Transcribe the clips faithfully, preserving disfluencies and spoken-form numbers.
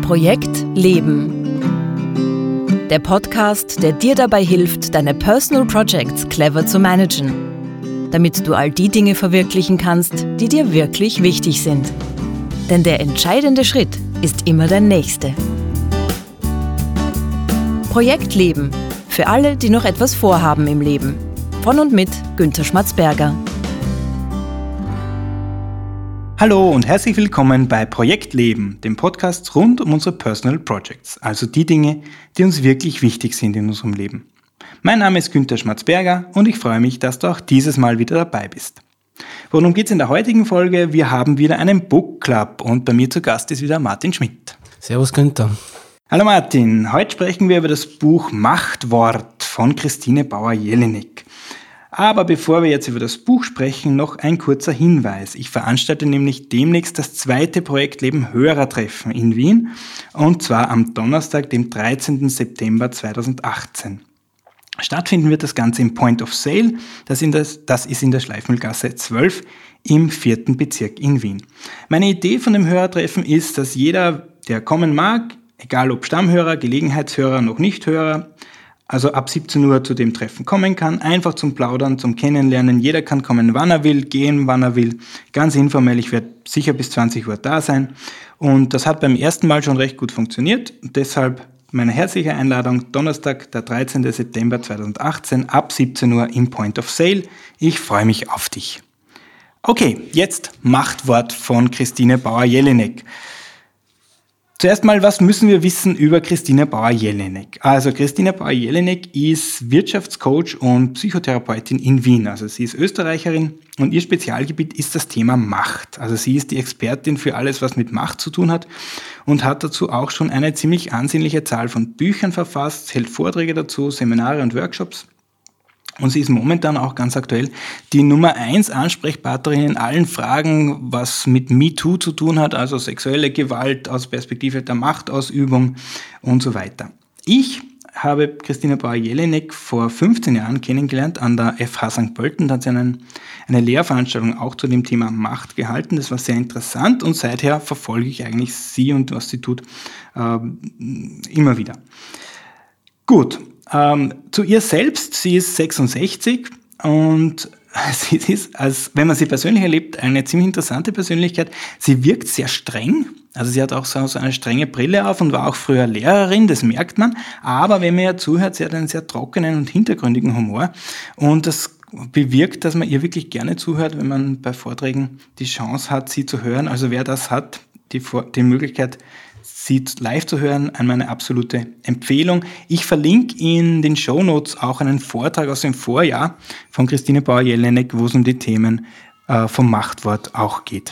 Projekt Leben. Der Podcast, der dir dabei hilft, deine Personal Projects clever zu managen, damit du all die Dinge verwirklichen kannst, die dir wirklich wichtig sind. Denn der entscheidende Schritt ist immer der nächste. Projekt Leben. Für alle, die noch etwas vorhaben im Leben. Von und mit Günther Schmatzberger. Hallo und herzlich willkommen bei Projekt Leben, dem Podcast rund um unsere Personal Projects, also die Dinge, die uns wirklich wichtig sind in unserem Leben. Mein Name ist Günther Schmatzberger und ich freue mich, dass du auch dieses Mal wieder dabei bist. Worum geht es in der heutigen Folge? Wir haben wieder einen Book Club und bei mir zu Gast ist wieder Martin Schmidt. Servus Günther. Hallo Martin, heute sprechen wir über das Buch Machtwort von Christine Bauer-Jelinek. Aber bevor wir jetzt über das Buch sprechen, noch ein kurzer Hinweis. Ich veranstalte nämlich demnächst das zweite Projekt Leben Hörertreffen in Wien und zwar am Donnerstag, dem dreizehnten September zweitausendachtzehn. Stattfinden wird das Ganze im Point of Sale, das, in das, das ist in der Schleifmühlgasse zwölf im vierten Bezirk in Wien. Meine Idee von dem Hörertreffen ist, dass jeder, der kommen mag, egal ob Stammhörer, Gelegenheitshörer, noch Nichthörer, also ab siebzehn Uhr zu dem Treffen kommen kann, einfach zum Plaudern, zum Kennenlernen. Jeder kann kommen, wann er will, gehen, wann er will. Ganz informell, ich werde sicher bis zwanzig Uhr da sein. Und das hat beim ersten Mal schon recht gut funktioniert. Und deshalb meine herzliche Einladung, Donnerstag, der dreizehnten September zweitausendachtzehn, ab siebzehn Uhr im Point of Sale. Ich freue mich auf dich. Okay, jetzt Machtwort von Christine Bauer-Jelinek. Zuerst mal, was müssen wir wissen über Christine Bauer-Jelinek? Also Christine Bauer-Jelinek ist Wirtschaftscoach und Psychotherapeutin in Wien. Also sie ist Österreicherin und ihr Spezialgebiet ist das Thema Macht. Also sie ist die Expertin für alles, was mit Macht zu tun hat und hat dazu auch schon eine ziemlich ansehnliche Zahl von Büchern verfasst, hält Vorträge dazu, Seminare und Workshops. Und sie ist momentan auch ganz aktuell die Nummer eins Ansprechpartnerin in allen Fragen, was mit MeToo zu tun hat, also sexuelle Gewalt aus Perspektive der Machtausübung und so weiter. Ich habe Christine Bauer-Jelinek vor fünfzehn Jahren kennengelernt an der F H Sankt Pölten. Da hat sie einen, eine Lehrveranstaltung auch zu dem Thema Macht gehalten. Das war sehr interessant und seither verfolge ich eigentlich sie und was sie tut äh, immer wieder. Gut. Ähm, zu ihr selbst, sie ist sechsundsechzig und sie ist, als, wenn man sie persönlich erlebt, eine ziemlich interessante Persönlichkeit. Sie wirkt sehr streng, also sie hat auch so, so eine strenge Brille auf und war auch früher Lehrerin, das merkt man, aber wenn man ihr zuhört, sie hat einen sehr trockenen und hintergründigen Humor und das bewirkt, dass man ihr wirklich gerne zuhört, wenn man bei Vorträgen die Chance hat, sie zu hören. Also wer das hat, die, die Möglichkeit, sie live zu hören, eine absolute Empfehlung. Ich verlinke in den Shownotes auch einen Vortrag aus dem Vorjahr von Christine Bauer-Jelinek, wo es um die Themen äh, vom Machtwort auch geht.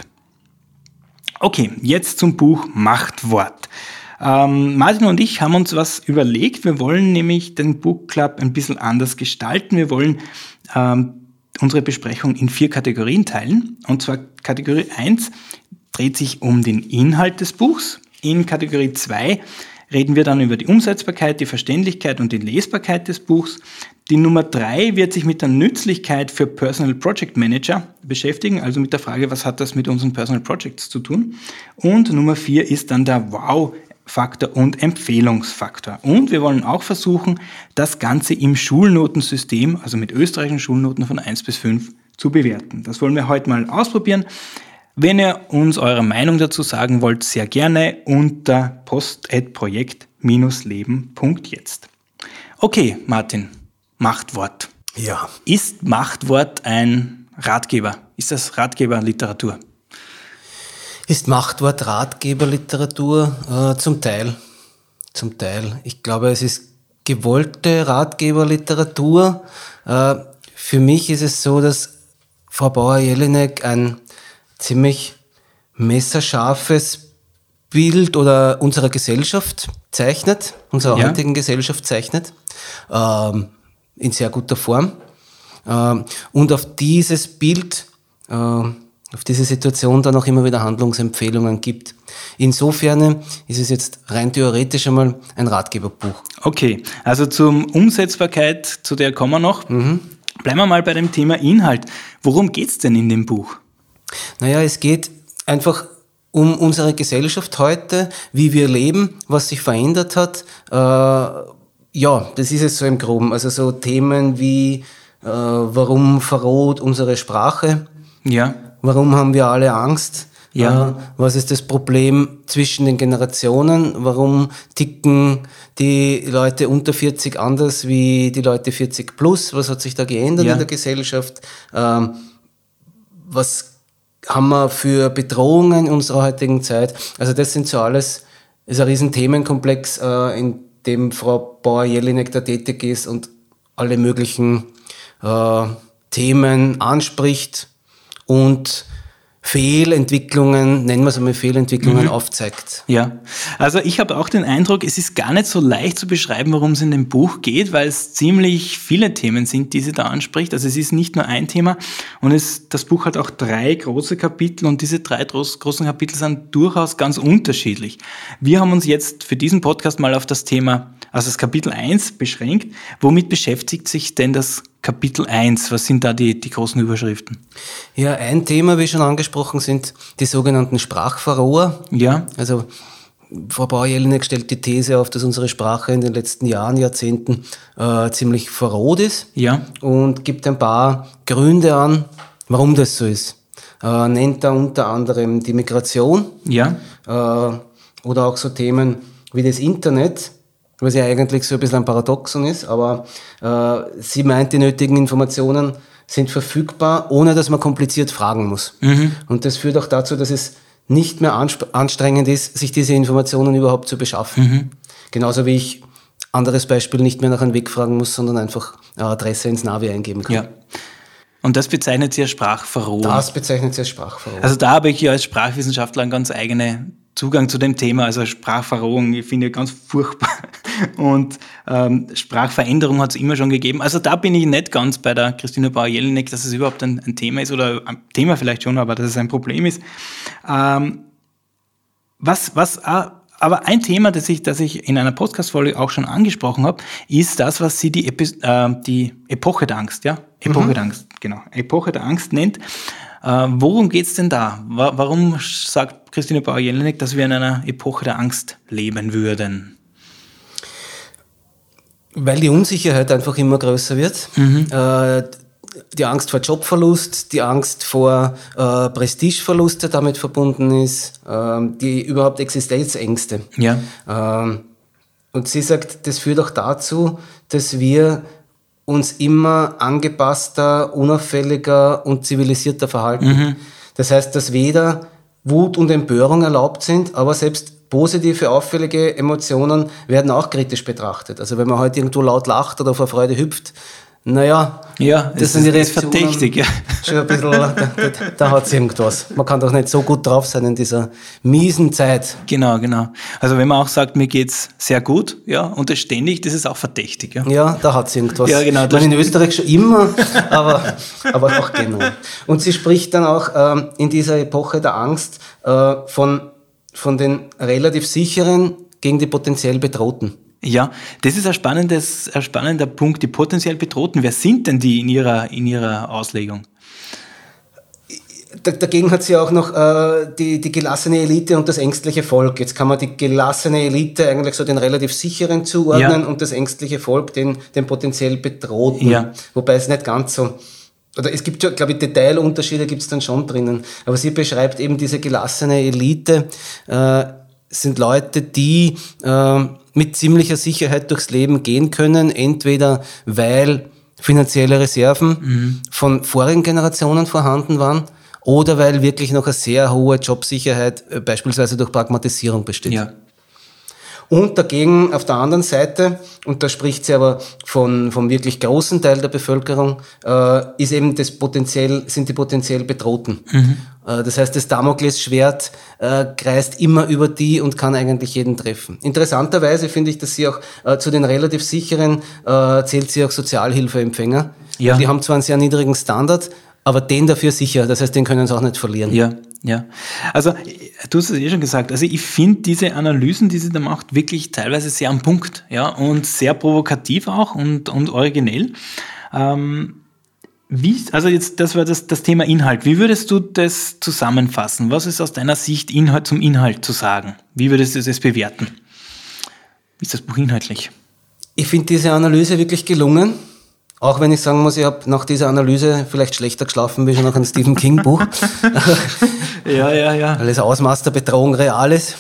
Okay, jetzt zum Buch Machtwort. Ähm, Martin und ich haben uns was überlegt. Wir wollen nämlich den Book Club ein bisschen anders gestalten. Wir wollen ähm, unsere Besprechung in vier Kategorien teilen. Und zwar Kategorie eins dreht sich um den Inhalt des Buchs. In Kategorie zwei reden wir dann über die Umsetzbarkeit, die Verständlichkeit und die Lesbarkeit des Buchs. Die Nummer drei wird sich mit der Nützlichkeit für Personal Project Manager beschäftigen, also mit der Frage, was hat das mit unseren Personal Projects zu tun. Und Nummer vier ist dann der Wow-Faktor und Empfehlungsfaktor. Und wir wollen auch versuchen, das Ganze im Schulnotensystem, also mit österreichischen Schulnoten von eins bis fünf, zu bewerten. Das wollen wir heute mal ausprobieren. Wenn ihr uns eure Meinung dazu sagen wollt, sehr gerne unter post at projekt leben punkt jetzt. Okay, Martin, Machtwort. Ja. Ist Machtwort ein Ratgeber? Ist das Ratgeberliteratur? Ist Machtwort Ratgeberliteratur? Äh, zum Teil. Zum Teil. Ich glaube, es ist gewollte Ratgeberliteratur. Äh, für mich ist es so, dass Frau Bauer-Jelinek ein ziemlich messerscharfes Bild oder unserer Gesellschaft zeichnet, unserer ja. heutigen Gesellschaft zeichnet, ähm, in sehr guter Form. Ähm, und auf dieses Bild, äh, auf diese Situation dann auch immer wieder Handlungsempfehlungen gibt. Insofern ist es jetzt rein theoretisch einmal ein Ratgeberbuch. Okay, also zum Umsetzbarkeit, zu der kommen wir noch. Mhm. Bleiben wir mal bei dem Thema Inhalt. Worum geht's denn in dem Buch? Naja, es geht einfach um unsere Gesellschaft heute, wie wir leben, was sich verändert hat. Äh, ja, das ist es so im Groben. Also so Themen wie, äh, warum verroht unsere Sprache? Ja. Warum haben wir alle Angst? Ja. Äh, was ist das Problem zwischen den Generationen? Warum ticken die Leute unter vierzig anders wie die Leute vierzig plus? Was hat sich da geändert Ja. in der Gesellschaft? Ähm, was haben wir für Bedrohungen in unserer heutigen Zeit? Also das sind so alles, ist ein riesen Themenkomplex, äh, in dem Frau Bauer-Jelinek da tätig ist und alle möglichen äh, Themen anspricht und Fehlentwicklungen, nennen wir es einmal Fehlentwicklungen, mhm. aufzeigt. Ja, also ich habe auch den Eindruck, es ist gar nicht so leicht zu beschreiben, worum es in dem Buch geht, weil es ziemlich viele Themen sind, die sie da anspricht. Also es ist nicht nur ein Thema und es, das Buch hat auch drei große Kapitel und diese drei groß, großen Kapitel sind durchaus ganz unterschiedlich. Wir haben uns jetzt für diesen Podcast mal auf das Thema, also das Kapitel eins beschränkt. Womit beschäftigt sich denn das Kapitel eins? Was sind da die, die großen Überschriften? Ja, ein Thema, wie schon angesprochen, sind die sogenannten Sprachverroher. Ja. Also Frau Bauer-Jelinek stellt die These auf, dass unsere Sprache in den letzten Jahren, Jahrzehnten äh, ziemlich verroht ist. Ja. Und gibt ein paar Gründe an, warum das so ist. Äh, nennt da unter anderem die Migration. Ja. Äh, oder auch so Themen wie das Internet, was ja eigentlich so ein bisschen ein Paradoxon ist, aber äh, sie meint, die nötigen Informationen sind verfügbar, ohne dass man kompliziert fragen muss. Mhm. Und das führt auch dazu, dass es nicht mehr ansp- anstrengend ist, sich diese Informationen überhaupt zu beschaffen. Mhm. Genauso wie ich, anderes Beispiel, nicht mehr nach einem Weg fragen muss, sondern einfach eine Adresse ins Navi eingeben kann. Ja. Und das bezeichnet sie als Sprachverrohung. Das bezeichnet sie als Sprachverrohung. Also da habe ich ja als Sprachwissenschaftler einen ganz eigenen Zugang zu dem Thema, also Sprachverrohung, ich finde ganz furchtbar. Und ähm, Sprachveränderung hat es immer schon gegeben. Also da bin ich nicht ganz bei der Christine Bauer-Jelinek, dass es überhaupt ein, ein Thema ist oder ein Thema vielleicht schon, aber dass es ein Problem ist. Ähm, was, was, äh, aber ein Thema, das ich, das ich in einer Podcast-Folge auch schon angesprochen habe, ist das, was sie die, Epi- äh, die Epoche der Angst, ja? Epoche mhm. der Angst, genau. Epoche der Angst nennt. Äh, worum geht's denn da? Warum sagt Christine Bauer-Jelinek, dass wir in einer Epoche der Angst leben würden? Weil die Unsicherheit einfach immer größer wird. Mhm. Äh, die Angst vor Jobverlust, die Angst vor äh, Prestigeverlust, der damit verbunden ist, äh, die überhaupt Existenzängste. Ja. Äh, und sie sagt, das führt auch dazu, dass wir uns immer angepasster, unauffälliger und zivilisierter verhalten. Mhm. Das heißt, dass weder Wut und Empörung erlaubt sind, aber selbst positive, auffällige Emotionen werden auch kritisch betrachtet. Also wenn man heute irgendwo laut lacht oder vor Freude hüpft, naja, ja, das sind die Reaktionen. Verdächtig, ja. Schon ein bisschen, da, da, da hat es irgendwas. Man kann doch nicht so gut drauf sein in dieser miesen Zeit. Genau, genau. Also wenn man auch sagt, mir geht's sehr gut, ja, und das ständig, das ist auch verdächtig, ja. Ja, da hat es irgendwas. Ja, genau. Ich meine, in Österreich schon immer, aber, aber auch genau. Und sie spricht dann auch ähm, in dieser Epoche der Angst äh, von, von den relativ sicheren gegen die potenziell Bedrohten. Ja, das ist ein, spannendes, ein spannender Punkt, die potenziell Bedrohten. Wer sind denn die in ihrer, in ihrer Auslegung? Dagegen hat sie auch noch äh, die, die gelassene Elite und das ängstliche Volk. Jetzt kann man die gelassene Elite eigentlich so den relativ sicheren zuordnen, ja, und das ängstliche Volk den, den potenziell Bedrohten. Ja. Wobei es nicht ganz so... Oder es gibt ja, glaube ich, Detailunterschiede gibt es dann schon drinnen. Aber sie beschreibt eben diese gelassene Elite, äh, sind Leute, die... Äh, mit ziemlicher Sicherheit durchs Leben gehen können, entweder weil finanzielle Reserven mhm. von vorigen Generationen vorhanden waren oder weil wirklich noch eine sehr hohe Jobsicherheit beispielsweise durch Pragmatisierung besteht. Ja. Und dagegen auf der anderen Seite, und da spricht sie aber von, vom wirklich großen Teil der Bevölkerung, äh, ist eben das potenziell, sind die potenziell Bedrohten. Mhm. Äh, das heißt, das Damoklesschwert äh, kreist immer über die und kann eigentlich jeden treffen. Interessanterweise finde ich, dass sie auch äh, zu den relativ sicheren äh, zählt sie auch Sozialhilfeempfänger. Ja. Die haben zwar einen sehr niedrigen Standard, aber den dafür sicher. Das heißt, den können sie auch nicht verlieren. Ja, ja. Also, du hast es eh schon gesagt. Also, ich finde diese Analysen, die sie da macht, wirklich teilweise sehr am Punkt, ja, und sehr provokativ auch und, und originell. Ähm, Wie, also jetzt, das war das, das Thema Inhalt. Wie würdest du das zusammenfassen? Was ist aus deiner Sicht Inhalt zum Inhalt zu sagen? Wie würdest du das bewerten? Wie ist das Buch inhaltlich? Ich finde diese Analyse wirklich gelungen. Auch wenn ich sagen muss, ich habe nach dieser Analyse vielleicht schlechter geschlafen wie schon nach einem Stephen King Buch. ja, ja, ja. Weil das Ausmaß der Bedrohung real ist.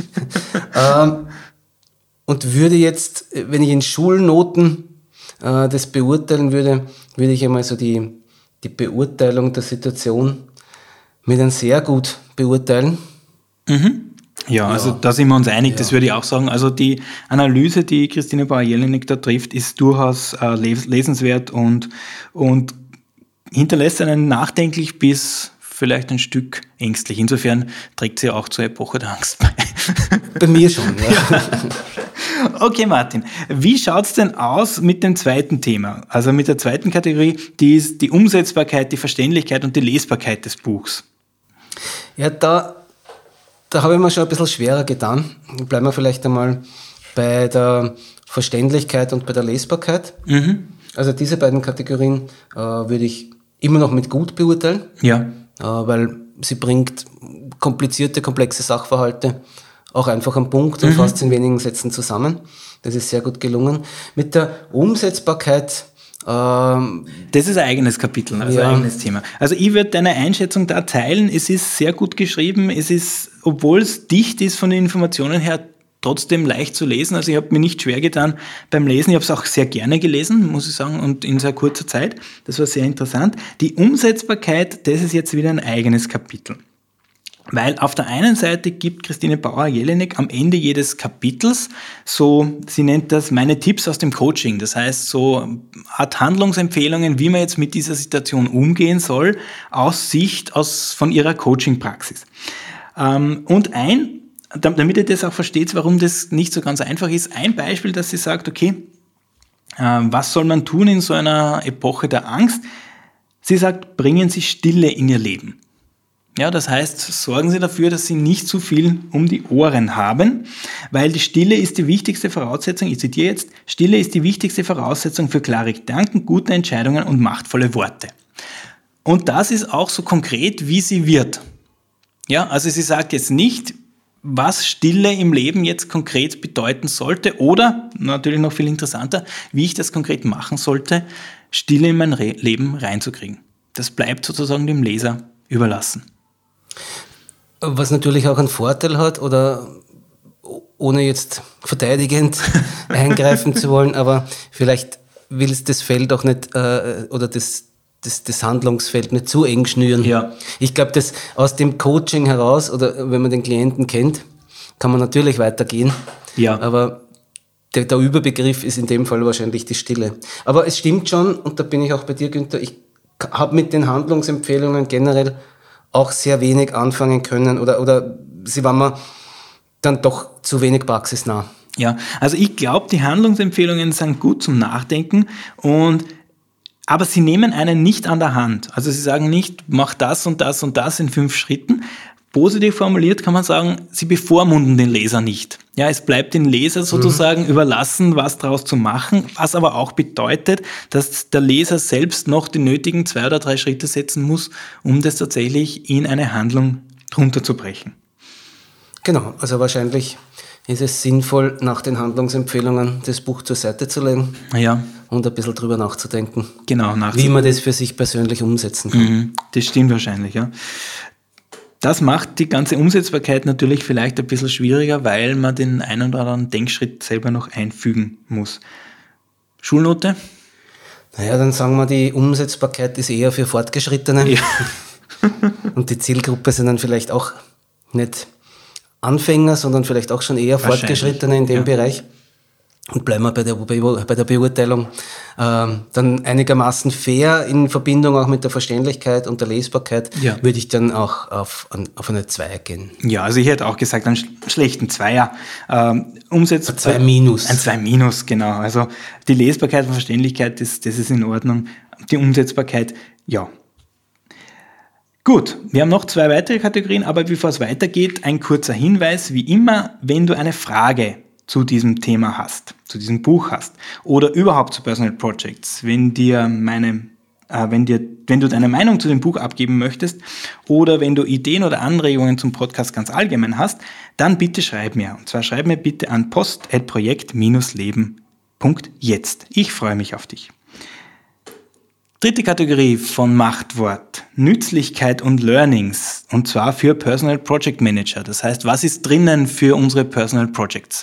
ähm, und würde jetzt, wenn ich in Schulnoten äh, das beurteilen würde, würde ich einmal so die, die Beurteilung der Situation mit einem sehr gut beurteilen. Mhm. Ja, ja, also da sind wir uns einig, ja. Das würde ich auch sagen. Also die Analyse, die Christine Bauer-Jelinek da trifft, ist durchaus äh, lesenswert und, und hinterlässt einen nachdenklich bis vielleicht ein Stück ängstlich. Insofern trägt sie auch zur Epoche der Angst bei. Bei mir schon, ja. Okay, Martin, wie schaut's denn aus mit dem zweiten Thema? Also mit der zweiten Kategorie, die ist die Umsetzbarkeit, die Verständlichkeit und die Lesbarkeit des Buchs. Ja, da... Da habe ich mir schon ein bisschen schwerer getan. Bleiben wir vielleicht einmal bei der Verständlichkeit und bei der Lesbarkeit. Mhm. Also diese beiden Kategorien äh, würde ich immer noch mit gut beurteilen, ja. äh, weil sie bringt komplizierte, komplexe Sachverhalte auch einfach am Punkt und mhm. fasst in wenigen Sätzen zusammen. Das ist sehr gut gelungen. Mit der Umsetzbarkeit ähm, das ist ein eigenes Kapitel, also ja. ein eigenes Thema. Also ich würde deine Einschätzung da teilen. Es ist sehr gut geschrieben. Es ist, obwohl es dicht ist von den Informationen her, trotzdem leicht zu lesen. Also ich habe mir nicht schwer getan beim Lesen. Ich habe es auch sehr gerne gelesen, muss ich sagen, und in sehr kurzer Zeit. Das war sehr interessant. Die Umsetzbarkeit, das ist jetzt wieder ein eigenes Kapitel. Weil auf der einen Seite gibt Christine Bauer-Jelinek am Ende jedes Kapitels so, sie nennt das meine Tipps aus dem Coaching. Das heißt so Art Handlungsempfehlungen, wie man jetzt mit dieser Situation umgehen soll, aus Sicht aus, von ihrer Coaching-Praxis. Und ein, damit ihr das auch versteht, warum das nicht so ganz einfach ist, ein Beispiel, dass sie sagt, okay, was soll man tun in so einer Epoche der Angst? Sie sagt, bringen Sie Stille in Ihr Leben. Ja, das heißt, sorgen Sie dafür, dass Sie nicht zu viel um die Ohren haben, weil die Stille ist die wichtigste Voraussetzung, ich zitiere jetzt, Stille ist die wichtigste Voraussetzung für klare Gedanken, gute Entscheidungen und machtvolle Worte. Und das ist auch so konkret, wie sie wird. Ja, also sie sagt jetzt nicht, was Stille im Leben jetzt konkret bedeuten sollte oder, natürlich noch viel interessanter, wie ich das konkret machen sollte, Stille in mein Re- Leben reinzukriegen. Das bleibt sozusagen dem Leser überlassen. Was natürlich auch einen Vorteil hat, oder ohne jetzt verteidigend eingreifen zu wollen, aber vielleicht will es das Feld auch nicht, äh, oder das, das, das Handlungsfeld nicht zu eng schnüren. Ja. Ich glaube, dass aus dem Coaching heraus, oder wenn man den Klienten kennt, kann man natürlich weitergehen. Ja. Aber der, der Überbegriff ist in dem Fall wahrscheinlich die Stille. Aber es stimmt schon, und da bin ich auch bei dir, Günther, ich habe mit den Handlungsempfehlungen generell auch sehr wenig anfangen können oder, oder sie waren mir dann doch zu wenig praxisnah. Ja, also ich glaube, die Handlungsempfehlungen sind gut zum Nachdenken, und aber sie nehmen einen nicht an der Hand. Also sie sagen nicht, mach das und das und das in fünf Schritten. Positiv formuliert kann man sagen, sie bevormunden den Leser nicht. Ja, es bleibt den Leser sozusagen mhm. überlassen, was daraus zu machen, was aber auch bedeutet, dass der Leser selbst noch die nötigen zwei oder drei Schritte setzen muss, um das tatsächlich in eine Handlung runterzubrechen. Genau, also wahrscheinlich ist es sinnvoll, nach den Handlungsempfehlungen das Buch zur Seite zu legen ja. und ein bisschen drüber nachzudenken, genau, nachzudenken. Wie man das für sich persönlich umsetzen kann. Mhm, das stimmt wahrscheinlich, ja. Das macht die ganze Umsetzbarkeit natürlich vielleicht ein bisschen schwieriger, weil man den einen oder anderen Denkschritt selber noch einfügen muss. Schulnote? Naja, dann sagen wir, die Umsetzbarkeit ist eher für Fortgeschrittene. Ja. Und die Zielgruppe sind dann vielleicht auch nicht Anfänger, sondern vielleicht auch schon eher Fortgeschrittene in dem ja. Bereich. Und bleiben wir bei der, bei der Beurteilung ähm, dann einigermaßen fair in Verbindung auch mit der Verständlichkeit und der Lesbarkeit, ja. würde ich dann auch auf, auf eine zwei gehen. Ja, also ich hätte auch gesagt, einen schlechten Zweier. Ähm, Umsetz- ein zwei Minus. Ein zwei Minus, genau. Also die Lesbarkeit und Verständlichkeit, das, das ist in Ordnung. Die Umsetzbarkeit, ja. Gut, wir haben noch zwei weitere Kategorien, aber bevor es weitergeht, ein kurzer Hinweis. Wie immer, wenn du eine Frage zu diesem Thema hast, zu diesem Buch hast oder überhaupt zu Personal Projects, wenn dir meine äh, wenn, dir, wenn du deine Meinung zu dem Buch abgeben möchtest oder wenn du Ideen oder Anregungen zum Podcast ganz allgemein hast, dann bitte schreib mir. Und zwar schreib mir bitte an post at projekt leben punkt jetzt. Ich freue mich auf dich. Dritte Kategorie von Machtwort, Nützlichkeit und Learnings, und zwar für Personal Project Manager. Das heißt, was ist drinnen für unsere Personal Projects?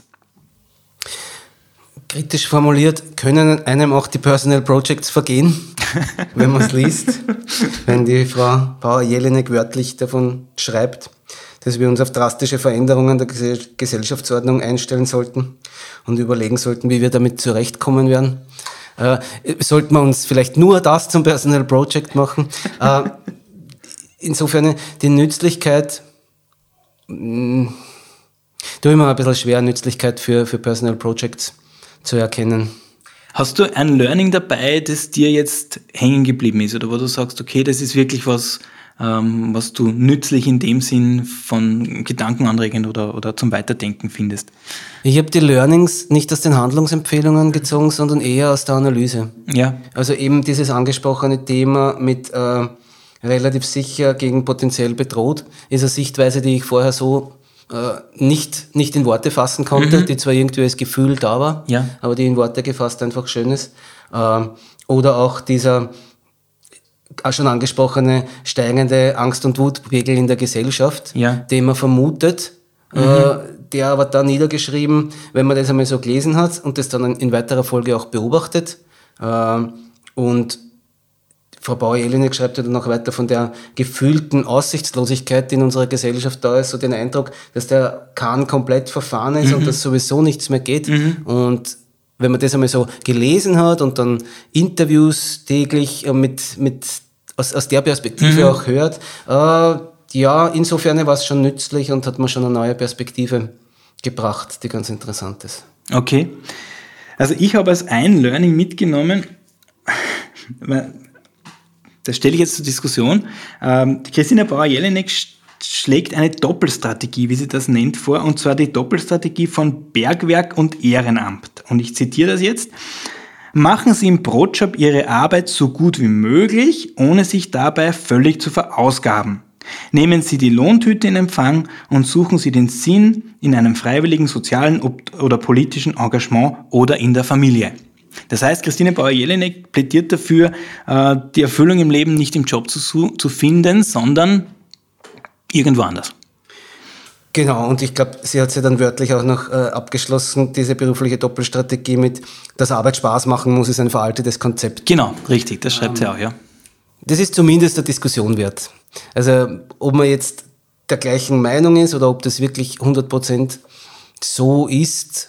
Kritisch formuliert, können einem auch die Personal Projects vergehen, wenn man es liest, wenn die Frau Bauer-Jelinek wörtlich davon schreibt, dass wir uns auf drastische Veränderungen der Gesellschaftsordnung einstellen sollten und überlegen sollten, wie wir damit zurechtkommen werden. Äh, sollten wir uns vielleicht nur das zum Personal Project machen. Äh, insofern die Nützlichkeit, mh, tue ich mir ein bisschen schwer, Nützlichkeit für, für Personal Projects zu erkennen. Hast du ein Learning dabei, das dir jetzt hängen geblieben ist oder wo du sagst, okay, das ist wirklich was, ähm, was du nützlich in dem Sinn von gedankenanregend oder, oder zum Weiterdenken findest? Ich habe die Learnings nicht aus den Handlungsempfehlungen gezogen, sondern eher aus der Analyse. Ja. Also eben dieses angesprochene Thema mit äh, relativ sicher gegen potenziell bedroht, ist eine Sichtweise, die ich vorher so äh, nicht, nicht in Worte fassen konnte, mhm. die zwar irgendwie als Gefühl da war, ja. aber die in Worte gefasst einfach schön ist. Äh, oder auch dieser auch schon angesprochene steigende Angst- und Wutpegel in der Gesellschaft, ja. den man vermutet, mhm. äh, der aber da niedergeschrieben, wenn man das einmal so gelesen hat und das dann in weiterer Folge auch beobachtet. Äh, und Frau Bauer-Jelinek schreibt ja dann noch weiter von der gefühlten Aussichtslosigkeit, die in unserer Gesellschaft da ist, so den Eindruck, dass der Kahn komplett verfahren ist mhm. und dass sowieso nichts mehr geht. Mhm. Und wenn man das einmal so gelesen hat und dann Interviews täglich mit, mit aus, aus der Perspektive mhm. auch hört, äh, ja, insofern war es schon nützlich und hat mir schon eine neue Perspektive gebracht, die ganz interessant ist. Okay. Also ich habe als ein Learning mitgenommen, das stelle ich jetzt zur Diskussion, ähm, Christine Bauer-Jelinek schlägt eine Doppelstrategie, wie sie das nennt, vor, und zwar die Doppelstrategie von Bergwerk und Ehrenamt. Und ich zitiere das jetzt. Machen Sie im Brotjob Ihre Arbeit so gut wie möglich, ohne sich dabei völlig zu verausgaben. Nehmen Sie die Lohntüte in Empfang und suchen Sie den Sinn in einem freiwilligen sozialen oder politischen Engagement oder in der Familie. Das heißt, Christine Bauer-Jelinek plädiert dafür, die Erfüllung im Leben nicht im Job zu, zu finden, sondern irgendwo anders. Genau, und ich glaube, sie hat sie dann wörtlich auch noch äh, abgeschlossen, diese berufliche Doppelstrategie mit, dass Arbeit Spaß machen muss, ist ein veraltetes Konzept. Genau, richtig, das schreibt ähm, sie auch, ja. Das ist zumindest der Diskussion wert. Also, ob man jetzt der gleichen Meinung ist oder ob das wirklich hundert Prozent so ist,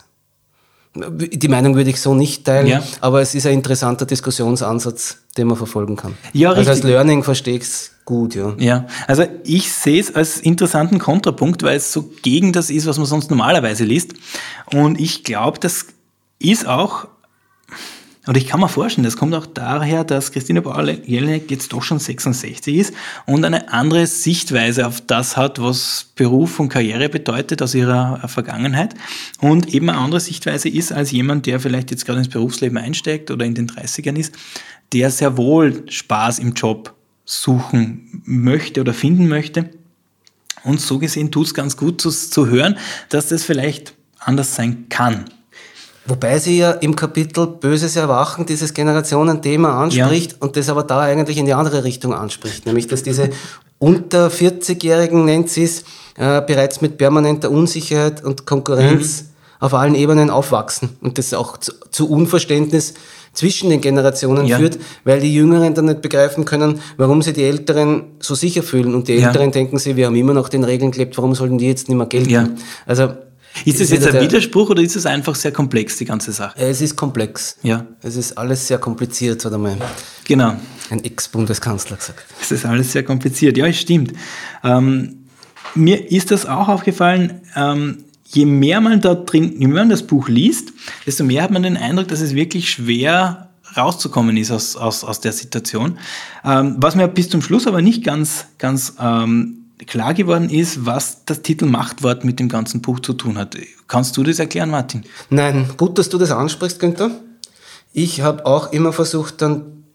die Meinung würde ich so nicht teilen, ja. aber es ist ein interessanter Diskussionsansatz, den man verfolgen kann. Ja, also richtig. als Learning verstehe ich es gut, ja. Ja, also ich sehe es als interessanten Kontrapunkt, weil es so gegen das ist, was man sonst normalerweise liest. Und ich glaube, das ist auch, oder ich kann mir vorstellen, das kommt auch daher, dass Christine Bauer-Jelinek jetzt doch schon sechsundsechzig ist und eine andere Sichtweise auf das hat, was Beruf und Karriere bedeutet aus ihrer Vergangenheit und eben eine andere Sichtweise ist als jemand, der vielleicht jetzt gerade ins Berufsleben einsteigt oder in den dreißigern ist, der sehr wohl Spaß im Job suchen möchte oder finden möchte. Und so gesehen tut es ganz gut zu, zu hören, dass das vielleicht anders sein kann. Wobei sie ja im Kapitel Böses Erwachen dieses Generationenthema anspricht ja. und das aber da eigentlich in die andere Richtung anspricht. Nämlich, dass diese unter vierzig-Jährigen, nennt sie es, äh, bereits mit permanenter Unsicherheit und Konkurrenz mhm. auf allen Ebenen aufwachsen. Und das auch zu, zu Unverständnis zwischen den Generationen ja. führt, weil die Jüngeren dann nicht begreifen können, warum sie die Älteren so sicher fühlen. Und die Älteren ja. denken sie, wir haben immer noch den Regeln gelebt, warum sollten die jetzt nicht mehr gelten? Ja. Also, ist das jetzt ein Widerspruch oder ist es einfach sehr komplex, die ganze Sache? Es ist komplex. Ja. Es ist alles sehr kompliziert, hat einmal genau. ein Ex-Bundeskanzler gesagt. Es ist alles sehr kompliziert, ja, es stimmt. Ähm, mir ist das auch aufgefallen, ähm, je mehr man da drin, je mehr man das Buch liest, desto mehr hat man den Eindruck, dass es wirklich schwer rauszukommen ist aus, aus, aus der Situation. Ähm, was mir bis zum Schluss aber nicht ganz, ganz ähm, klar geworden ist, was das Titel Machtwort mit dem ganzen Buch zu tun hat. Kannst du das erklären, Martin? Nein, gut, dass du das ansprichst, Günther. Ich habe auch immer versucht, dann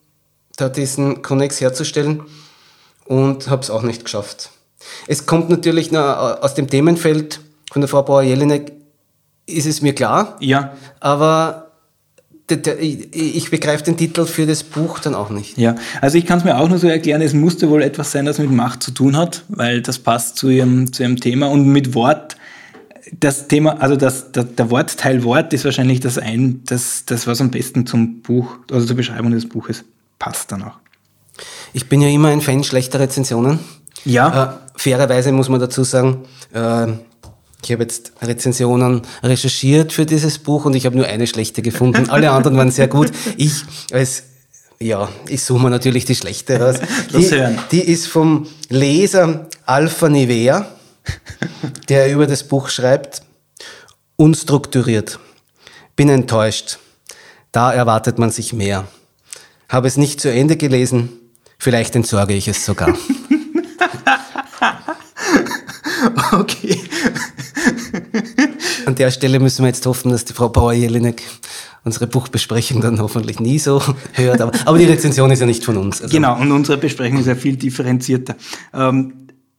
da diesen Konnex herzustellen und habe es auch nicht geschafft. Es kommt natürlich na, aus dem Themenfeld von der Frau Bauer-Jelinek, ist es mir klar, ja. aber der, der, ich, ich begreife den Titel für das Buch dann auch nicht. Ja, also ich kann es mir auch nur so erklären, es musste wohl etwas sein, das mit Macht zu tun hat, weil das passt zu ihrem, zu ihrem Thema und mit Wort. Das Thema, also das, der, der Wortteil Wort ist wahrscheinlich das, ein, das, das, was am besten zum Buch, also zur Beschreibung des Buches passt dann auch. Ich bin ja immer ein Fan schlechter Rezensionen. Ja. Äh, fairerweise muss man dazu sagen, äh, ich habe jetzt Rezensionen recherchiert für dieses Buch und ich habe nur eine schlechte gefunden. Alle anderen waren sehr gut. Ich als, ja, ich suche mir natürlich die schlechte raus. Die, die ist vom Leser Alpha Nivea, der über das Buch schreibt, unstrukturiert. Bin enttäuscht. Da erwartet man sich mehr. Habe es nicht zu Ende gelesen. Vielleicht entsorge ich es sogar. Okay. An der Stelle müssen wir jetzt hoffen, dass die Frau Bauer-Jelinek unsere Buchbesprechung dann hoffentlich nie so hört. Aber, aber die Rezension ist ja nicht von uns. Also. Genau, und unsere Besprechung ist ja viel differenzierter. Ähm,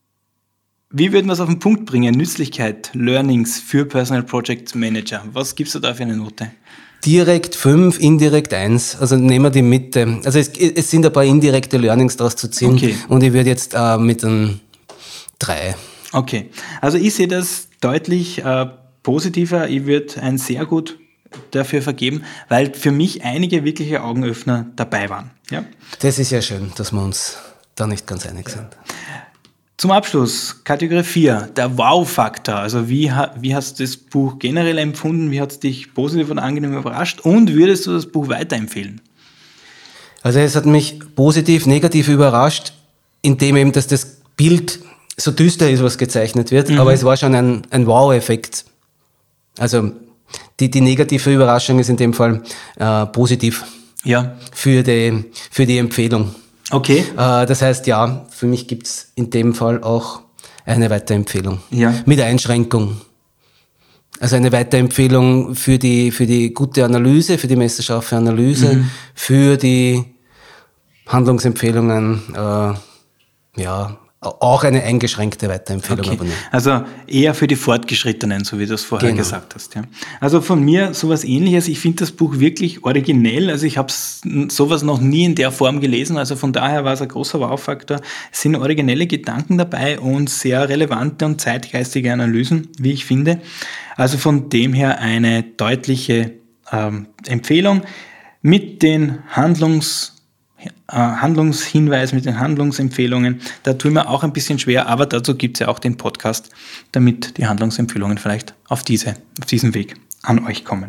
wie würden wir es auf den Punkt bringen? Nützlichkeit, Learnings für Personal Project Manager. Was gibst du da für eine Note? Direkt fünf, indirekt eins. Also nehmen wir die Mitte. Also es, es sind ein paar indirekte Learnings daraus zu ziehen. Okay. Und ich würde jetzt äh, mit einem drei. Okay, also ich sehe das deutlich äh, positiver. Ich würde ein sehr gut dafür vergeben, weil für mich einige wirkliche Augenöffner dabei waren. Ja? Das ist ja schön, dass wir uns da nicht ganz einig sind. Zum Abschluss, Kategorie vier, der Wow-Faktor. Also wie, wie hast du das Buch generell empfunden? Wie hat es dich positiv und angenehm überrascht? Und würdest du das Buch weiterempfehlen? Also es hat mich positiv, negativ überrascht, indem eben, dass das Bild so düster ist, was gezeichnet wird, mhm. aber es war schon ein, ein Wow-Effekt. Also die, die negative Überraschung ist in dem Fall äh, positiv ja. für, die, für die Empfehlung. Okay. Äh, das heißt, ja, für mich gibt es in dem Fall auch eine Weiterempfehlung. Ja. Mit Einschränkung. Also eine Weiterempfehlung für die, für die gute Analyse, für die messerscharfe Analyse, mhm. für die Handlungsempfehlungen, äh, ja, auch eine eingeschränkte Weiterempfehlung. Okay. Aber nicht. Also eher für die Fortgeschrittenen, so wie du es vorher genau. gesagt hast. Ja. Also von mir sowas Ähnliches. Ich finde das Buch wirklich originell. Also ich habe sowas noch nie in der Form gelesen. Also von daher war es ein großer Wow-Faktor. Es sind originelle Gedanken dabei und sehr relevante und zeitgeistige Analysen, wie ich finde. Also von dem her eine deutliche ähm, Empfehlung mit den Handlungs Handlungshinweis, mit den Handlungsempfehlungen. Da tue ich mir auch ein bisschen schwer, aber dazu gibt es ja auch den Podcast, damit die Handlungsempfehlungen vielleicht auf, diese, auf diesen Weg an euch kommen.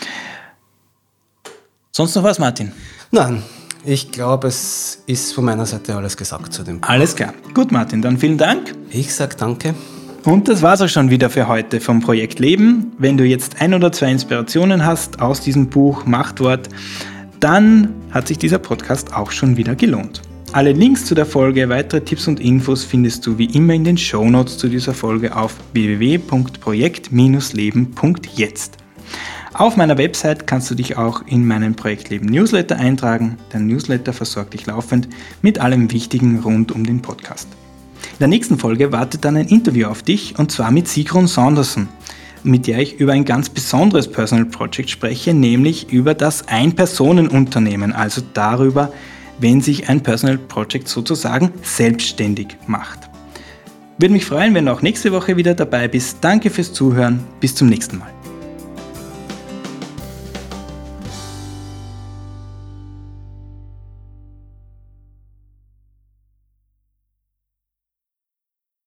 Sonst noch was, Martin? Nein, ich glaube, es ist von meiner Seite alles gesagt zu dem Buch. Alles klar. Gut, Martin, dann vielen Dank. Ich sage danke. Und das war's auch schon wieder für heute vom Projekt Leben. Wenn du jetzt ein oder zwei Inspirationen hast aus diesem Buch Machtwort, dann hat sich dieser Podcast auch schon wieder gelohnt. Alle Links zu der Folge, weitere Tipps und Infos findest du wie immer in den Shownotes zu dieser Folge auf w w w punkt projekt leben punkt jetzt. Auf meiner Website kannst du dich auch in meinen Projektleben Newsletter eintragen. Der Newsletter versorgt dich laufend mit allem Wichtigen rund um den Podcast. In der nächsten Folge wartet dann ein Interview auf dich, und zwar mit Sigrun Saunderson, mit der ich über ein ganz besonderes Personal Project spreche, nämlich über das Ein-Personen-Unternehmen, also darüber, wenn sich ein Personal Project sozusagen selbstständig macht. Würde mich freuen, wenn du auch nächste Woche wieder dabei bist. Danke fürs Zuhören. Bis zum nächsten Mal.